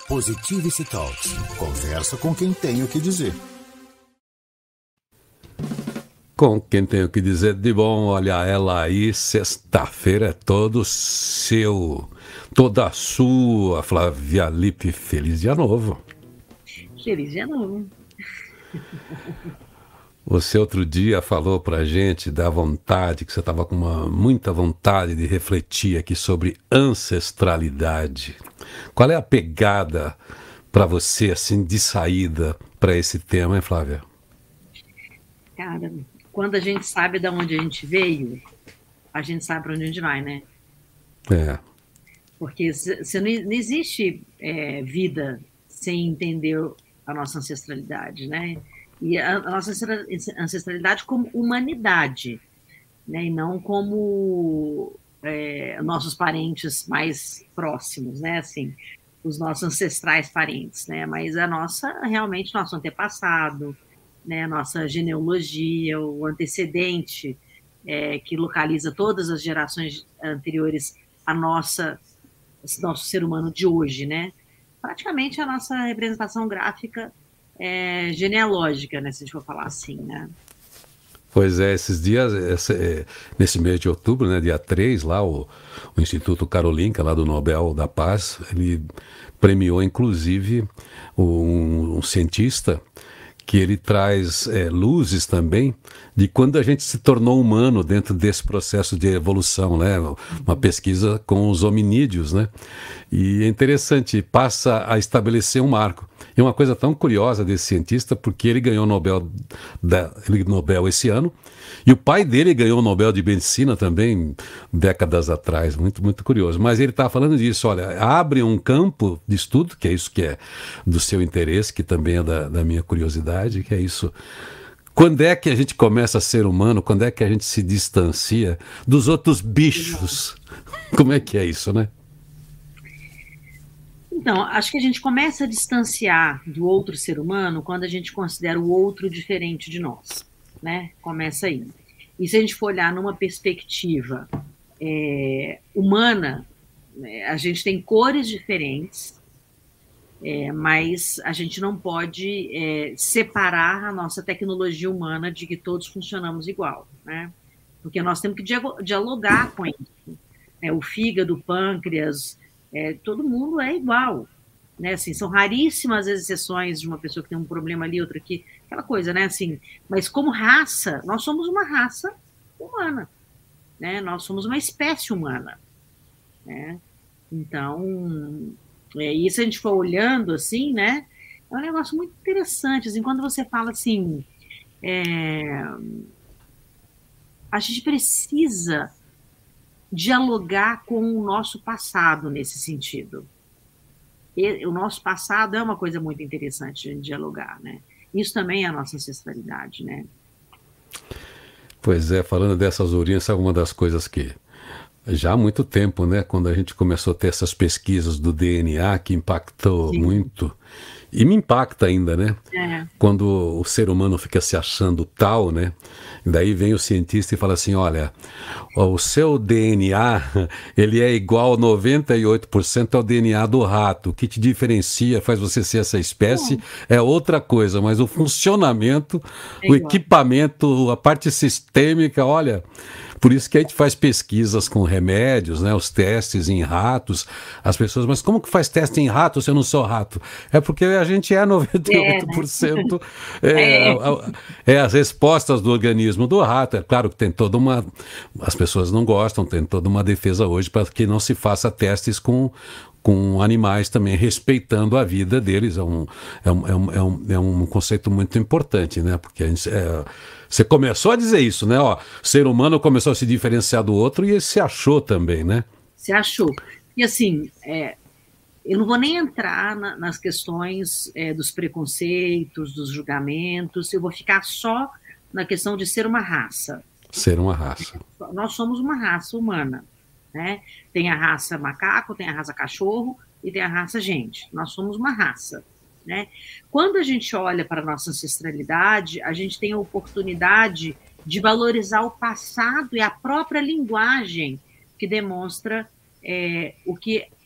Positivity Talks. Conversa com quem tem o que dizer. Com quem tem o que dizer de bom, olha ela aí, sexta-feira é todo seu, toda sua, Flávia Lippe, feliz dia novo. Feliz dia novo. Você outro dia falou pra gente da vontade, que você estava com muita vontade de refletir aqui sobre ancestralidade. Qual é a pegada para você, assim, de saída para esse tema, hein, Flávia? Cara, quando a gente sabe de onde a gente veio, a gente sabe para onde a gente vai, né? É. Porque não existe vida sem entender a nossa ancestralidade, né? E a nossa ancestralidade como humanidade, né? E não como nossos parentes mais próximos, né? Assim, os nossos ancestrais parentes, né? Mas realmente, nosso antepassado, né? A nossa genealogia, o antecedente que localiza todas as gerações anteriores a nosso ser humano de hoje, né? Praticamente a nossa representação gráfica genealógica, né, se a gente for falar assim, né? Pois é, esses dias, nesse mês de outubro, né, dia 3, lá o Instituto Karolinka, lá do Nobel da Paz, ele premiou, inclusive, um cientista que ele traz luzes também de quando a gente se tornou humano dentro desse processo de evolução, né? Uma pesquisa com os hominídeos, né? E é interessante, passa a estabelecer um marco. E uma coisa tão curiosa desse cientista, porque ele ganhou o Nobel esse ano, e o pai dele ganhou o Nobel de Medicina também, décadas atrás, muito, muito curioso. Mas ele está falando disso, olha, abre um campo de estudo, que é isso que é do seu interesse, que também é da minha curiosidade, que é isso. Quando é que a gente começa a ser humano? Quando é que a gente se distancia dos outros bichos? Como é que é isso, né? Então, acho que a gente começa a distanciar do outro ser humano quando a gente considera o outro diferente de nós, né? Começa aí. E se a gente for olhar numa perspectiva humana, a gente tem cores diferentes, mas a gente não pode separar a nossa tecnologia humana de que todos funcionamos igual, né? Porque nós temos que dialogar com isso. O fígado, o pâncreas, todo mundo é igual, né? Assim, são raríssimas as exceções de uma pessoa que tem um problema ali, outra aqui, aquela coisa, né? Assim, mas como raça, nós somos uma raça humana, né? Nós somos uma espécie humana, né? Então, isso a gente for olhando assim, né? É um negócio muito interessante, assim, quando você fala assim, a gente precisa dialogar com o nosso passado nesse sentido. O nosso passado é uma coisa muito interessante de dialogar, né? Isso também é a nossa ancestralidade, né? Pois é, falando dessas origens, é uma das coisas que já há muito tempo, né, quando a gente começou a ter essas pesquisas do DNA que impactou muito, e me impacta ainda, né? Quando o ser humano fica se achando tal, né? Daí vem o cientista e fala assim, olha, o seu DNA, ele é igual a 98% ao DNA do rato. O que te diferencia, faz você ser essa espécie, é outra coisa, mas o funcionamento, o equipamento, a parte sistêmica, olha... Por isso que a gente faz pesquisas com remédios, né, os testes em ratos. As pessoas, mas como que faz teste em rato se eu não sou rato? É porque a gente é 98%. As respostas do organismo do rato. É claro que tem toda uma... As pessoas não gostam, tem toda uma defesa hoje para que não se faça testes com animais também, respeitando a vida deles. É um conceito muito importante, né? Porque a gente... Você começou a dizer isso, né? Ó, o ser humano começou a se diferenciar do outro e ele se achou também, né? Se achou. E assim, eu não vou nem entrar nas questões dos preconceitos, dos julgamentos, eu vou ficar só na questão de ser uma raça. Ser uma raça. Nós somos uma raça humana, né? Tem a raça macaco, tem a raça cachorro e tem a raça gente. Nós somos uma raça. Né? Quando a gente olha para a nossa ancestralidade, a gente tem a oportunidade de valorizar o passado e a própria linguagem que demonstra o que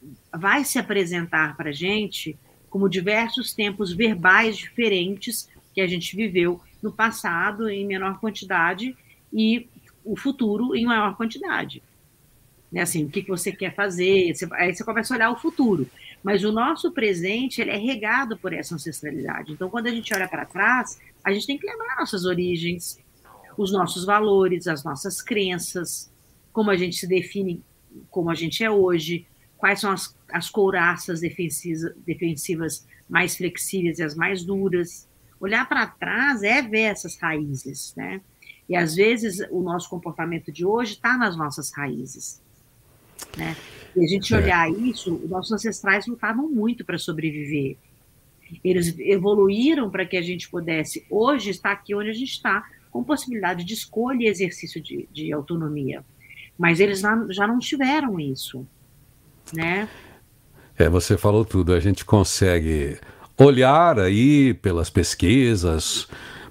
vai se apresentar para a gente como diversos tempos verbais diferentes que a gente viveu no passado em menor quantidade e o futuro em maior quantidade. Né? Assim, o que você quer fazer, aí você começa a olhar o futuro. Mas o nosso presente, ele é regado por essa ancestralidade. Então, quando a gente olha para trás, a gente tem que lembrar nossas origens, os nossos valores, as nossas crenças, como a gente se define, como a gente é hoje, quais são as couraças defensivas mais flexíveis e as mais duras. Olhar para trás é ver essas raízes, né? E, às vezes, o nosso comportamento de hoje está nas nossas raízes, né? E a gente olhar isso, os nossos ancestrais lutavam muito para sobreviver. Eles evoluíram para que a gente pudesse, hoje, estar aqui onde a gente está, com possibilidade de escolha e exercício de autonomia. Mas eles já não tiveram isso, né? Você falou tudo. A gente consegue olhar aí pelas pesquisas,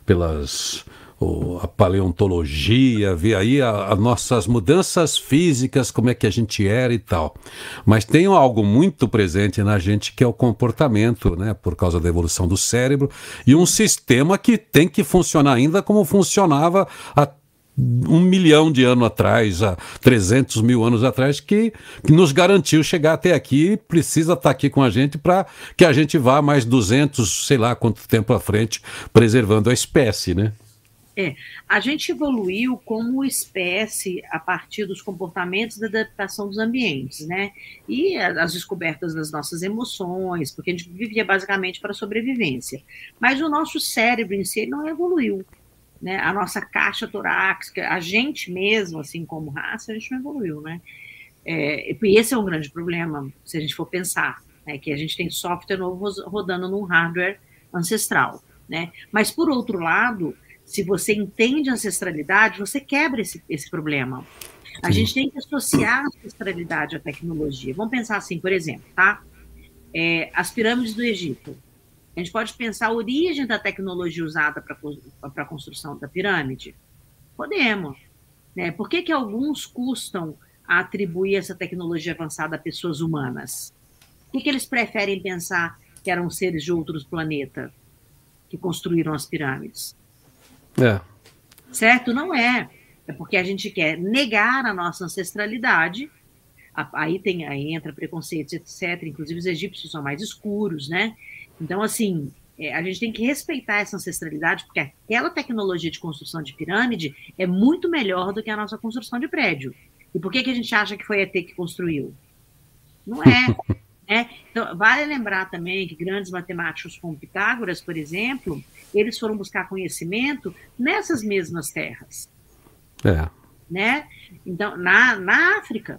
a paleontologia, ver aí as nossas mudanças físicas, como é que a gente era e tal. Mas tem algo muito presente na gente que é o comportamento, né? Por causa da evolução do cérebro, e um sistema que tem que funcionar ainda como funcionava há 1 milhão de anos atrás, há 300 mil anos atrás, que nos garantiu chegar até aqui, precisa estar aqui com a gente para que a gente vá mais 200, sei lá quanto tempo à frente, preservando a espécie, né? A gente evoluiu como espécie a partir dos comportamentos da adaptação dos ambientes, né? E as descobertas das nossas emoções, porque a gente vivia basicamente para a sobrevivência. Mas o nosso cérebro em si ele não evoluiu, né? A nossa caixa torácica, a gente mesmo, assim como raça, a gente não evoluiu, né? E esse é um grande problema, se a gente for pensar, né? Que a gente tem software novo rodando num hardware ancestral, né? Mas, por outro lado, se você entende ancestralidade, você quebra esse problema. A gente tem que associar a ancestralidade à tecnologia. Vamos pensar assim, por exemplo, tá? As pirâmides do Egito. A gente pode pensar a origem da tecnologia usada para a construção da pirâmide? Podemos. Né? Por que alguns custam a atribuir essa tecnologia avançada a pessoas humanas? Por que eles preferem pensar que eram seres de outros planetas que construíram as pirâmides? Certo? Não é. É porque a gente quer negar a nossa ancestralidade. Aí entra preconceitos, etc. Inclusive os egípcios são mais escuros, né? Então, assim, a gente tem que respeitar essa ancestralidade, porque aquela tecnologia de construção de pirâmide é muito melhor do que a nossa construção de prédio. E por que a gente acha que foi ET que construiu? Não é. Então, vale lembrar também que grandes matemáticos como Pitágoras, por exemplo, eles foram buscar conhecimento nessas mesmas terras. Né? Então, na África,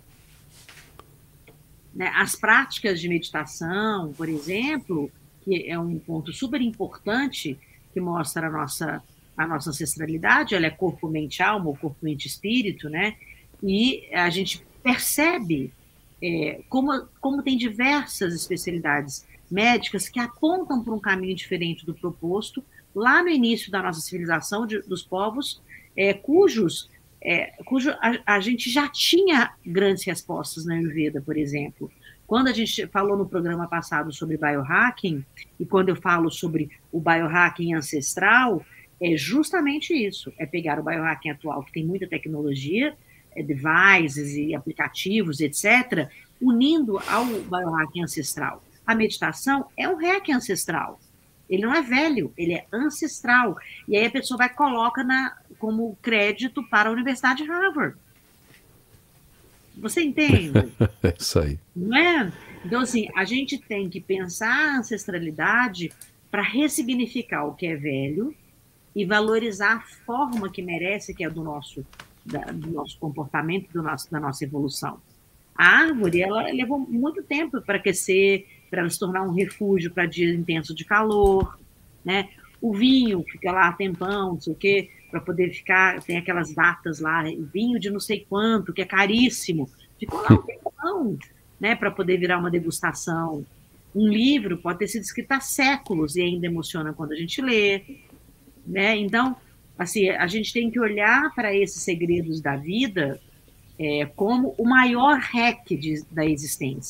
né, as práticas de meditação, por exemplo, que é um ponto super importante que mostra a nossa ancestralidade, ela é corpo, mente, alma, ou corpo, mente, espírito, né? E a gente percebe como tem diversas especialidades médicas que apontam para um caminho diferente do proposto lá no início da nossa civilização, dos povos, cujo a gente já tinha grandes respostas na Ayurveda, por exemplo. Quando a gente falou no programa passado sobre biohacking, e quando eu falo sobre o biohacking ancestral, é justamente isso, é pegar o biohacking atual, que tem muita tecnologia, devices e aplicativos, etc., unindo ao biohacking ancestral. A meditação é um hack ancestral. Ele não é velho, ele é ancestral. E aí a pessoa coloca como crédito para a Universidade de Harvard. Você entende? É isso aí. Não é? Então, assim, a gente tem que pensar a ancestralidade para ressignificar o que é velho e valorizar a forma que merece, que é do nosso comportamento, da nossa evolução. A árvore, ela levou muito tempo para crescer, para ela se tornar um refúgio para dias intensos de calor, né? O vinho fica lá tempão, não sei o quê, para poder ficar, tem aquelas datas lá, vinho de não sei quanto, que é caríssimo, ficou lá um tempão, né, para poder virar uma degustação. Um livro pode ter sido escrito há séculos e ainda emociona quando a gente lê, né? Então, assim, a gente tem que olhar para esses segredos da vida como o maior hack da existência.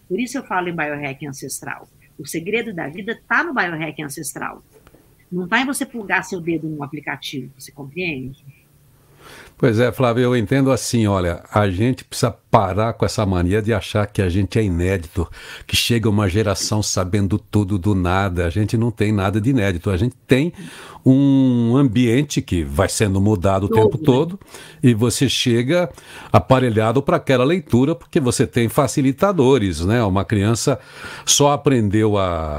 Por isso eu falo em biohacking ancestral. O segredo da vida está no biohacking ancestral. Não está em você plugar seu dedo num aplicativo, você compreende? Pois é, Flávio, eu entendo assim, olha, a gente precisa parar com essa mania de achar que a gente é inédito, que chega uma geração sabendo tudo do nada. A gente não tem nada de inédito, a gente tem um ambiente que vai sendo mudado o tempo todo e você chega aparelhado para aquela leitura porque você tem facilitadores, né? Uma criança só aprendeu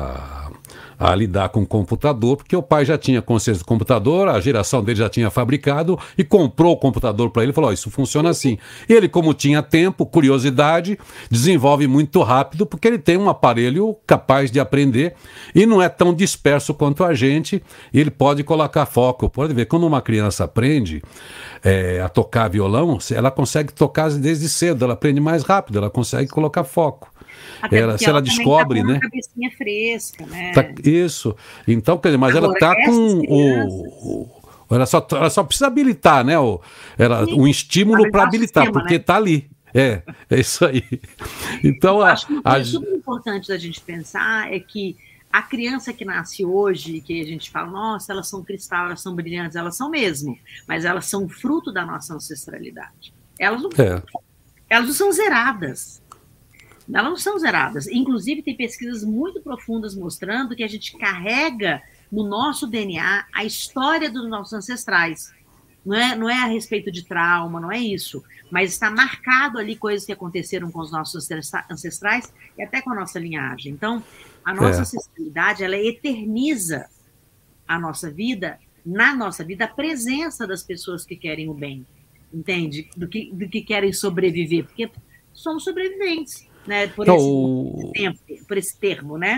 a lidar com o computador, porque o pai já tinha consciência do computador, a geração dele já tinha fabricado e comprou o computador para ele e falou, isso funciona assim. E ele, como tinha tempo, curiosidade, desenvolve muito rápido, porque ele tem um aparelho capaz de aprender e não é tão disperso quanto a gente, e ele pode colocar foco. Pode ver, quando uma criança aprende a tocar violão, ela consegue tocar desde cedo, ela aprende mais rápido, ela consegue colocar foco. Se ela descobre, né? Cabecinha fresca, né? Isso. Então, quer dizer, mas agora, ela está com ela só precisa habilitar, né? Um estímulo para habilitar, sistema, porque está, né? Ali. É isso aí. Então, acho que uma coisa super importante da gente pensar é que a criança que nasce hoje, que a gente fala, nossa, elas são cristal, elas são brilhantes, elas são mesmo, mas elas são fruto da nossa ancestralidade. Elas não são zeradas. Elas não são zeradas. Inclusive, tem pesquisas muito profundas mostrando que a gente carrega no nosso DNA a história dos nossos ancestrais. Não é a respeito de trauma, não é isso. Mas está marcado ali coisas que aconteceram com os nossos ancestrais e até com a nossa linhagem. Então, a nossa ancestralidade, ela eterniza a nossa vida, na nossa vida, a presença das pessoas que querem o bem. Entende? Do que querem sobreviver. Porque somos sobreviventes. Né, por esse termo, né?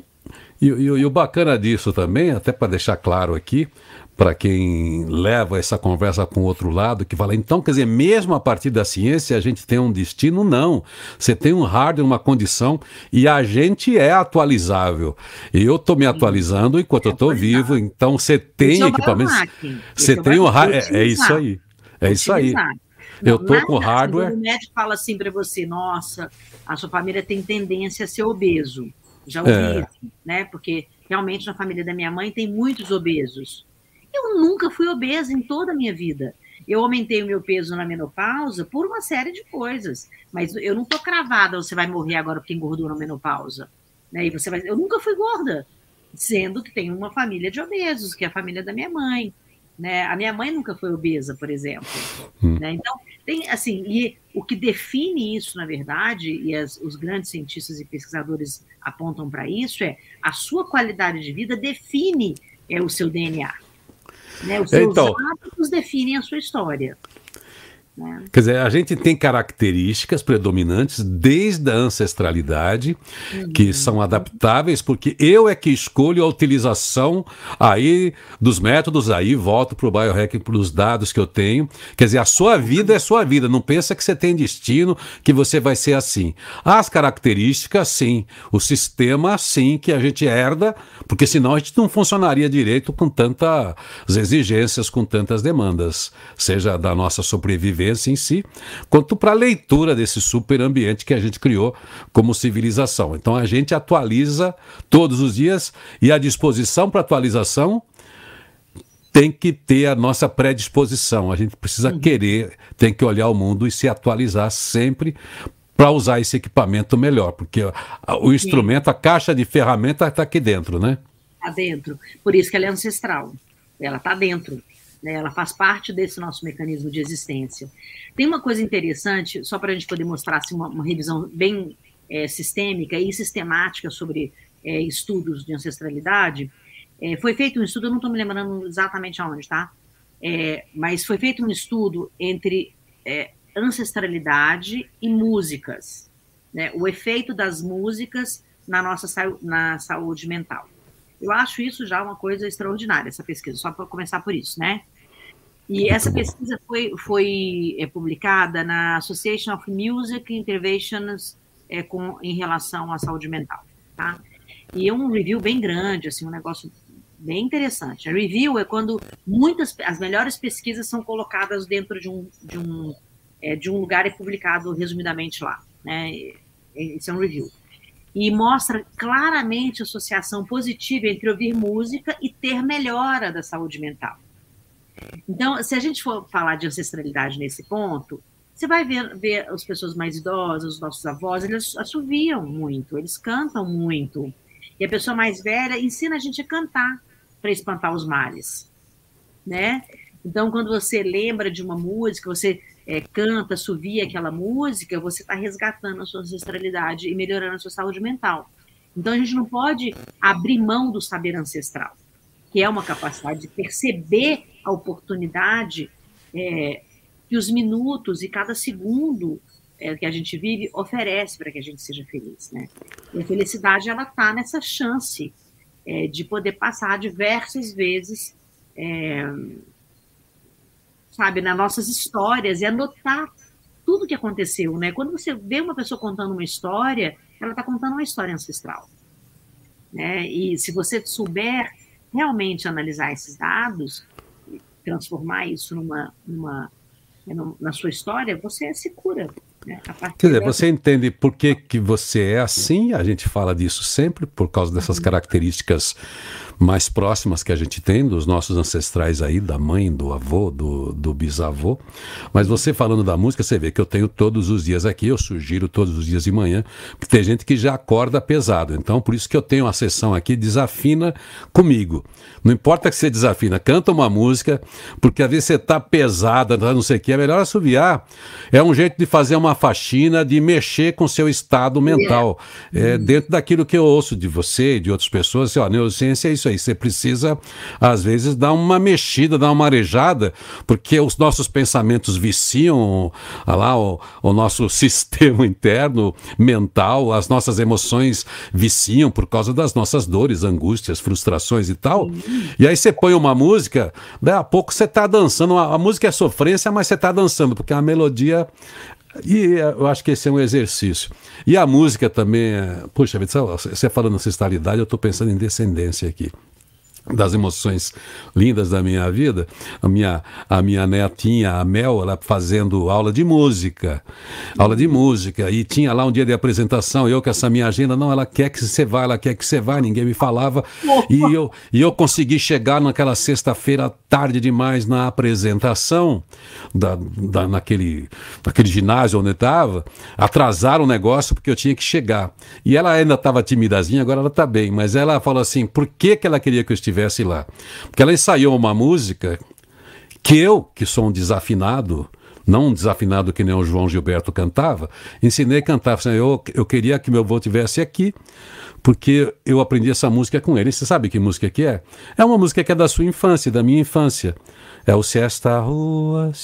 E o bacana disso também, até para deixar claro aqui, para quem leva essa conversa para um outro lado, que fala, então, quer dizer, mesmo a partir da ciência a gente tem um destino? Não. Você tem um hardware, uma condição, e a gente é atualizável. E eu estou me atualizando enquanto eu estou vivo, então você tem equipamentos. Você tem um hardware. É isso aí. É isso aí. Eu estou com hardware. O médico fala assim para você, nossa, a sua família tem tendência a ser obeso. Já ouvi isso, né? Porque realmente na família da minha mãe tem muitos obesos. Eu nunca fui obesa em toda a minha vida. Eu aumentei o meu peso na menopausa por uma série de coisas. Mas eu não estou cravada, você vai morrer agora porque engordou na menopausa. Né? E eu nunca fui gorda, sendo que tem uma família de obesos, que é a família da minha mãe. Né? A minha mãe nunca foi obesa, por exemplo. Né? Então, tem assim, e o que define isso, na verdade, e os grandes cientistas e pesquisadores apontam para isso, a sua qualidade de vida define o seu DNA. Né? Os seus hábitos definem a sua história. Né? Quer dizer, a gente tem características predominantes desde a ancestralidade, que são adaptáveis, porque eu é que escolho a utilização aí dos métodos, aí volto para o biohacking, para os dados que eu tenho. Quer dizer, a sua vida é sua vida, não pensa que você tem destino, que você vai ser assim. As características, sim. O sistema, sim, que a gente herda, porque senão a gente não funcionaria direito com tantas exigências, com tantas demandas, seja da nossa sobrevivência em si, quanto para a leitura desse super ambiente que a gente criou como civilização. Então a gente atualiza todos os dias e a disposição para atualização tem que ter a nossa predisposição. A gente precisa querer, tem que olhar o mundo e se atualizar sempre para usar esse equipamento melhor, porque o instrumento, a caixa de ferramenta está aqui dentro, né? Está dentro. Por isso que ela é ancestral. Ela está dentro. Ela faz parte desse nosso mecanismo de existência. Tem uma coisa interessante, só para a gente poder mostrar assim, uma revisão bem sistêmica e sistemática sobre estudos de ancestralidade. Foi feito um estudo, eu não estou me lembrando exatamente aonde, tá? Mas foi feito um estudo entre ancestralidade e músicas, né? O efeito das músicas na saúde mental. Eu acho isso já uma coisa extraordinária, essa pesquisa, só para começar por isso, né? E essa pesquisa foi publicada na Association of Music Interventions em relação à saúde mental, tá? E é um review bem grande, assim, um negócio bem interessante. A review é quando as melhores pesquisas são colocadas dentro de um lugar e publicado resumidamente lá, né? Isso é um review. E mostra claramente a associação positiva entre ouvir música e ter melhora da saúde mental. Então, se a gente for falar de ancestralidade nesse ponto, você vai ver as pessoas mais idosas, os nossos avós, eles assoviam muito, eles cantam muito. E a pessoa mais velha ensina a gente a cantar para espantar os males, né? Então, quando você lembra de uma música, você canta, assovia aquela música, você está resgatando a sua ancestralidade e melhorando a sua saúde mental. Então, a gente não pode abrir mão do saber ancestral, que é uma capacidade de perceber a oportunidade que os minutos e cada segundo que a gente vive oferece para que a gente seja feliz, né? E a felicidade, ela está nessa chance de poder passar diversas vezes, sabe, nas nossas histórias e anotar tudo o que aconteceu, né? Quando você vê uma pessoa contando uma história, ela está contando uma história ancestral, né? E se você souber realmente analisar esses dados, transformar isso na sua história, você se cura. Né? Quer dizer, você entende por que você é assim, a gente fala disso sempre, por causa dessas características mais próximas que a gente tem dos nossos ancestrais aí, da mãe, do avô, do bisavô. Mas você falando da música, você vê que eu tenho todos os dias aqui, eu sugiro todos os dias de manhã, porque tem gente que já acorda pesado. Então, por isso que eu tenho uma sessão aqui, desafina comigo. Não importa que você desafina, canta uma música, porque às vezes você está pesada, não sei o que, é melhor assoviar. É um jeito de fazer uma faxina, de mexer com o seu estado mental. Dentro daquilo que eu ouço de você e de outras pessoas, assim, ó, neurociência é isso aí. Você precisa, às vezes, dar uma mexida, dar uma arejada, porque os nossos pensamentos viciam lá, o nosso sistema interno, mental, as nossas emoções viciam por causa das nossas dores, angústias, frustrações e tal. E aí você põe uma música, daí a pouco você está dançando, a música é sofrência, mas você está dançando, porque a melodia... E eu acho que esse é um exercício. E a música também, puxa vida, você falando ancestralidade, eu estou pensando em descendência aqui. Das emoções lindas da minha vida, a minha netinha, a Mel, ela fazendo aula de música, e tinha lá um dia de apresentação, eu com essa minha agenda, não, ela quer que você vá, ninguém me falava, e eu consegui chegar naquela sexta-feira tarde demais na apresentação, naquele ginásio onde eu estava, atrasaram o negócio porque eu tinha que chegar, e ela ainda estava timidazinha, agora ela está bem, mas ela falou assim, por que ela queria que eu estivesse lá? Porque ela ensaiou uma música que eu, que sou um desafinado, não um desafinado que nem o João Gilberto cantava, ensinei a cantar. Eu queria que meu avô estivesse aqui, porque eu aprendi essa música com ele. Você sabe que música que é? É uma música que é da sua infância, da minha infância. É o Se esta rua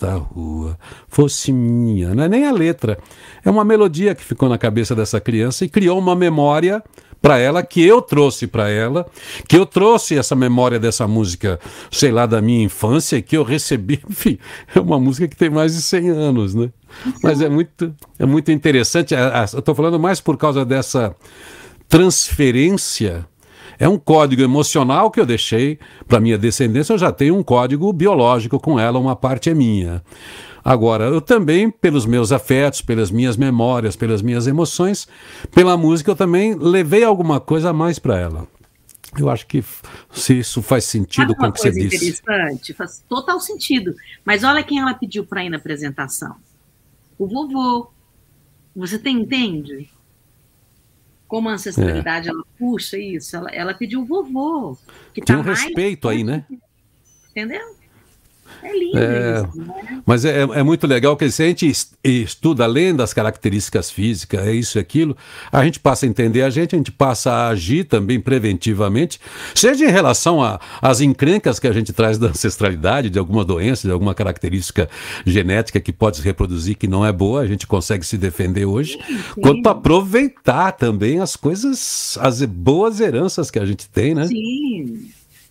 fosse minha. Não é nem a letra. É uma melodia que ficou na cabeça dessa criança e criou uma memória para ela, que eu trouxe para ela, que eu trouxe essa memória dessa música, sei lá, da minha infância, que eu recebi, enfim, é uma música que tem mais de 100 anos, né? Mas é muito interessante, eu estou falando mais por causa dessa transferência. É um código emocional que eu deixei para minha descendência, eu já tenho um código biológico com ela, uma parte é minha. Agora, eu também, pelos meus afetos, pelas minhas memórias, pelas minhas emoções, pela música, eu também levei alguma coisa a mais para ela. Eu acho que se isso faz sentido com o que você disse. Interessante, faz total sentido. Mas olha quem ela pediu para ir na apresentação. O vovô. Você entende? Como a ancestralidade ela puxa isso? Ela pediu o vovô. Que tem um respeito aí, né? Entendeu? É lindo isso, né? Mas é muito legal que se a gente estuda além das características físicas, é isso e aquilo, a gente passa a entender a gente passa a agir também preventivamente, seja em relação às encrencas que a gente traz da ancestralidade, de alguma doença, de alguma característica genética que pode se reproduzir, que não é boa, a gente consegue se defender hoje, quanto aproveitar também as coisas, as boas heranças que a gente tem, né? Sim.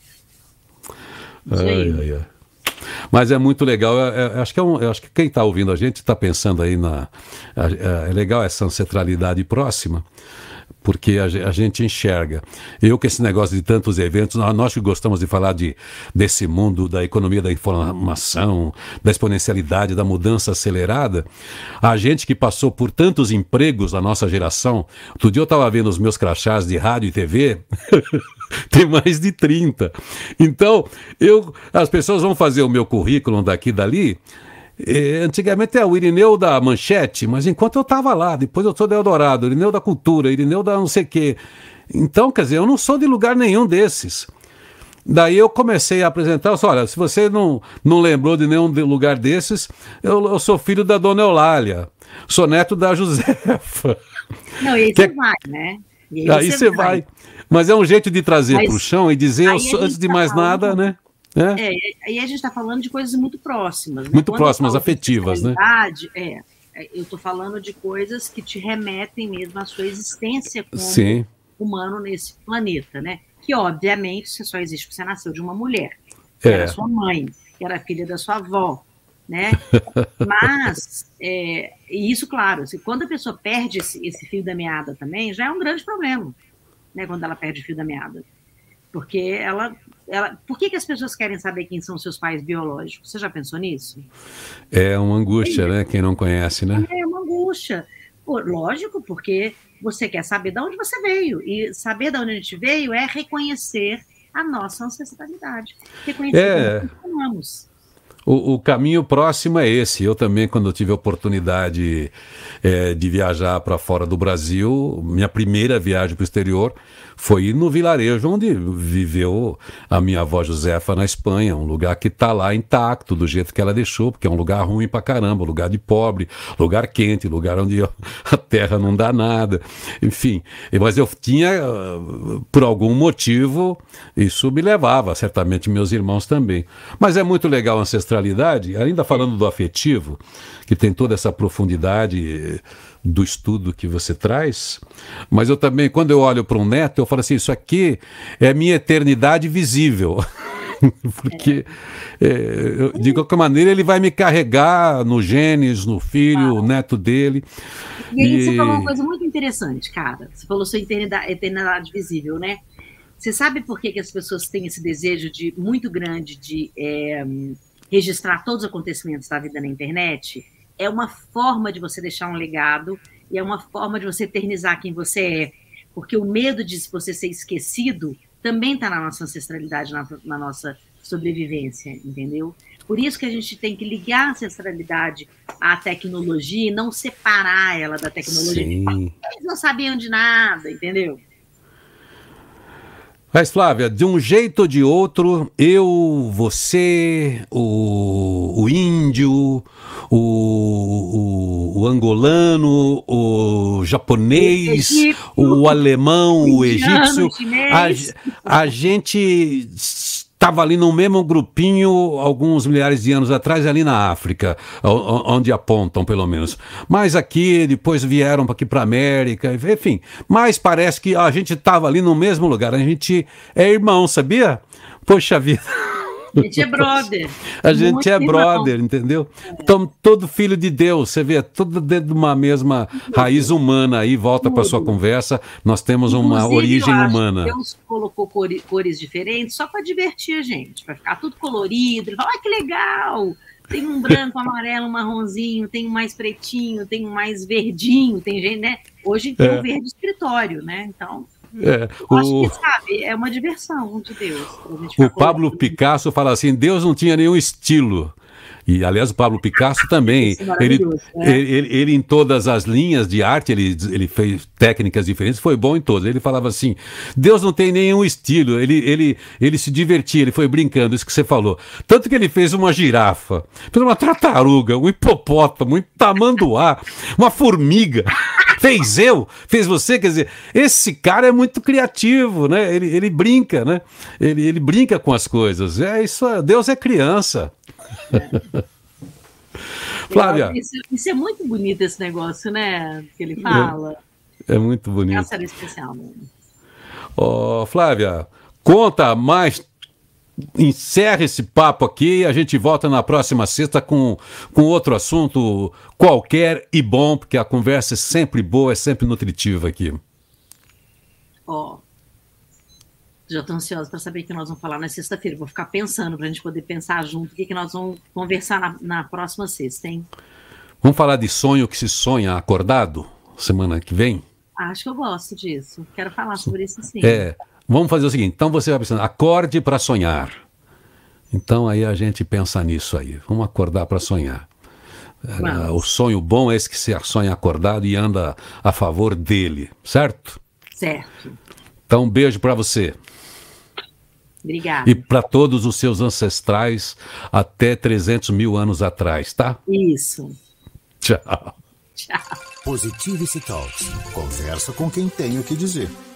Ai. Mas é muito legal, eu acho que quem está ouvindo a gente está pensando aí é legal essa ancestralidade próxima. porque a gente enxerga. Eu com esse negócio de tantos eventos, nós que gostamos de falar desse mundo da economia da informação, da exponencialidade, da mudança acelerada, a gente que passou por tantos empregos na nossa geração, outro dia eu estava vendo os meus crachás de rádio e TV, tem mais de 30. Então, as pessoas vão fazer o meu currículo daqui e dali. Antigamente é o Irineu da Manchete, mas enquanto eu estava lá, depois eu sou da Eldorado, Irineu da Cultura, Irineu da não sei o quê. Então, quer dizer, eu não sou de lugar nenhum desses. Daí eu comecei a apresentar, eu disse, olha, se você não lembrou de nenhum lugar desses, eu sou filho da Dona Eulália, sou neto da Josefa. Não, e aí você vai, né? E aí você vai. Mas é um jeito de trazer para o chão e dizer, antes de mais nada, né? Aí a gente está falando de coisas muito próximas. Né? Muito próximas, afetivas, né? Eu estou falando de coisas que te remetem mesmo à sua existência como humano nesse planeta, né? Que, obviamente, você só existe porque você nasceu de uma mulher, que era sua mãe, que era filha da sua avó, né? Mas, e isso, claro, quando a pessoa perde esse fio da meada também, já é um grande problema, né? Quando ela perde o fio da meada. Porque por que as pessoas querem saber quem são seus pais biológicos? Você já pensou nisso? É uma angústia, né? Quem não conhece, né? É uma angústia. Pô, lógico, porque você quer saber de onde você veio. E saber de onde a gente veio é reconhecer a nossa ancestralidade. Reconhecer como nós somos. O caminho próximo é esse. Eu também, quando eu tive a oportunidade de viajar para fora do Brasil, minha primeira viagem para o exterior foi no vilarejo onde viveu a minha avó Josefa na Espanha, um lugar que está lá intacto, do jeito que ela deixou, porque é um lugar ruim pra caramba, lugar de pobre, lugar quente, lugar onde a terra não dá nada, enfim. Mas eu tinha, por algum motivo, isso me levava, certamente meus irmãos também. Mas é muito legal a ancestralidade, ainda falando do afetivo, que tem toda essa profundidade do estudo que você traz, mas eu também, quando eu olho para um neto, eu falo assim, isso aqui é minha eternidade visível, porque de qualquer maneira ele vai me carregar no genes, no filho, o neto dele. E aí você falou uma coisa muito interessante, cara, você falou sua eternidade visível, né? Você sabe por que as pessoas têm esse desejo muito grande de registrar todos os acontecimentos da vida na internet? É uma forma de você deixar um legado e é uma forma de você eternizar quem você é. Porque o medo de você ser esquecido também está na nossa ancestralidade, na nossa sobrevivência, entendeu? Por isso que a gente tem que ligar a ancestralidade à tecnologia e não separar ela da tecnologia. Sim. Eles não sabiam de nada, entendeu? Mas, Flávia, de um jeito ou de outro, eu, você, o índio, o angolano, o japonês, o alemão, o egípcio, a gente estava ali no mesmo grupinho alguns milhares de anos atrás, ali na África, onde apontam, pelo menos. Mas aqui, depois vieram aqui para a América, enfim. Mas parece que a gente estava ali no mesmo lugar. A gente é irmão, sabia? Poxa vida. A gente é brother. A gente é brother, entendeu? Então, todo filho de Deus, você vê, tudo dentro de uma mesma raiz humana aí, volta para sua conversa, nós temos uma origem humana. Deus colocou cores diferentes só para divertir a gente, para ficar tudo colorido, e falar, que legal! Tem um branco, amarelo, um marronzinho, tem um mais pretinho, tem um mais verdinho, tem gente, né? Hoje tem um verde escritório, né? Então... acho que, sabe, é uma diversão de Deus. O Pablo Picasso fala assim, Deus não tinha nenhum estilo. E, aliás, o Pablo Picasso também, ele em todas as linhas de arte, ele fez técnicas diferentes, foi bom em todas. Ele falava assim, Deus não tem nenhum estilo, ele se divertia, ele foi brincando, isso que você falou. Tanto que ele fez uma girafa, fez uma tartaruga, um hipopótamo, um tamanduá, uma formiga. Fez você, quer dizer, esse cara é muito criativo, né? Ele brinca, né? Ele brinca com as coisas. Deus é criança. Flávia. Isso é muito bonito, esse negócio, né? Que ele fala. É muito bonito. Essa era especial mesmo. Flávia, conta mais. Encerra esse papo aqui e a gente volta na próxima sexta com outro assunto qualquer e bom, porque a conversa é sempre boa, é sempre nutritiva aqui. Ó, já estou ansiosa para saber o que nós vamos falar na sexta-feira. Vou ficar pensando para a gente poder pensar junto o que nós vamos conversar na próxima sexta, hein? Vamos falar de sonho que se sonha acordado semana que vem? Acho que eu gosto disso. Quero falar sobre isso sim. Vamos fazer o seguinte, então você vai pensando, acorde para sonhar. Então aí a gente pensa nisso aí. Vamos acordar para sonhar. O sonho bom é esse que se sonha acordado e anda a favor dele, certo? Certo. Então um beijo para você. Obrigada. E para todos os seus ancestrais até 300 mil anos atrás, tá? Isso. Tchau. Tchau. Positivity Talks. Conversa com quem tem o que dizer.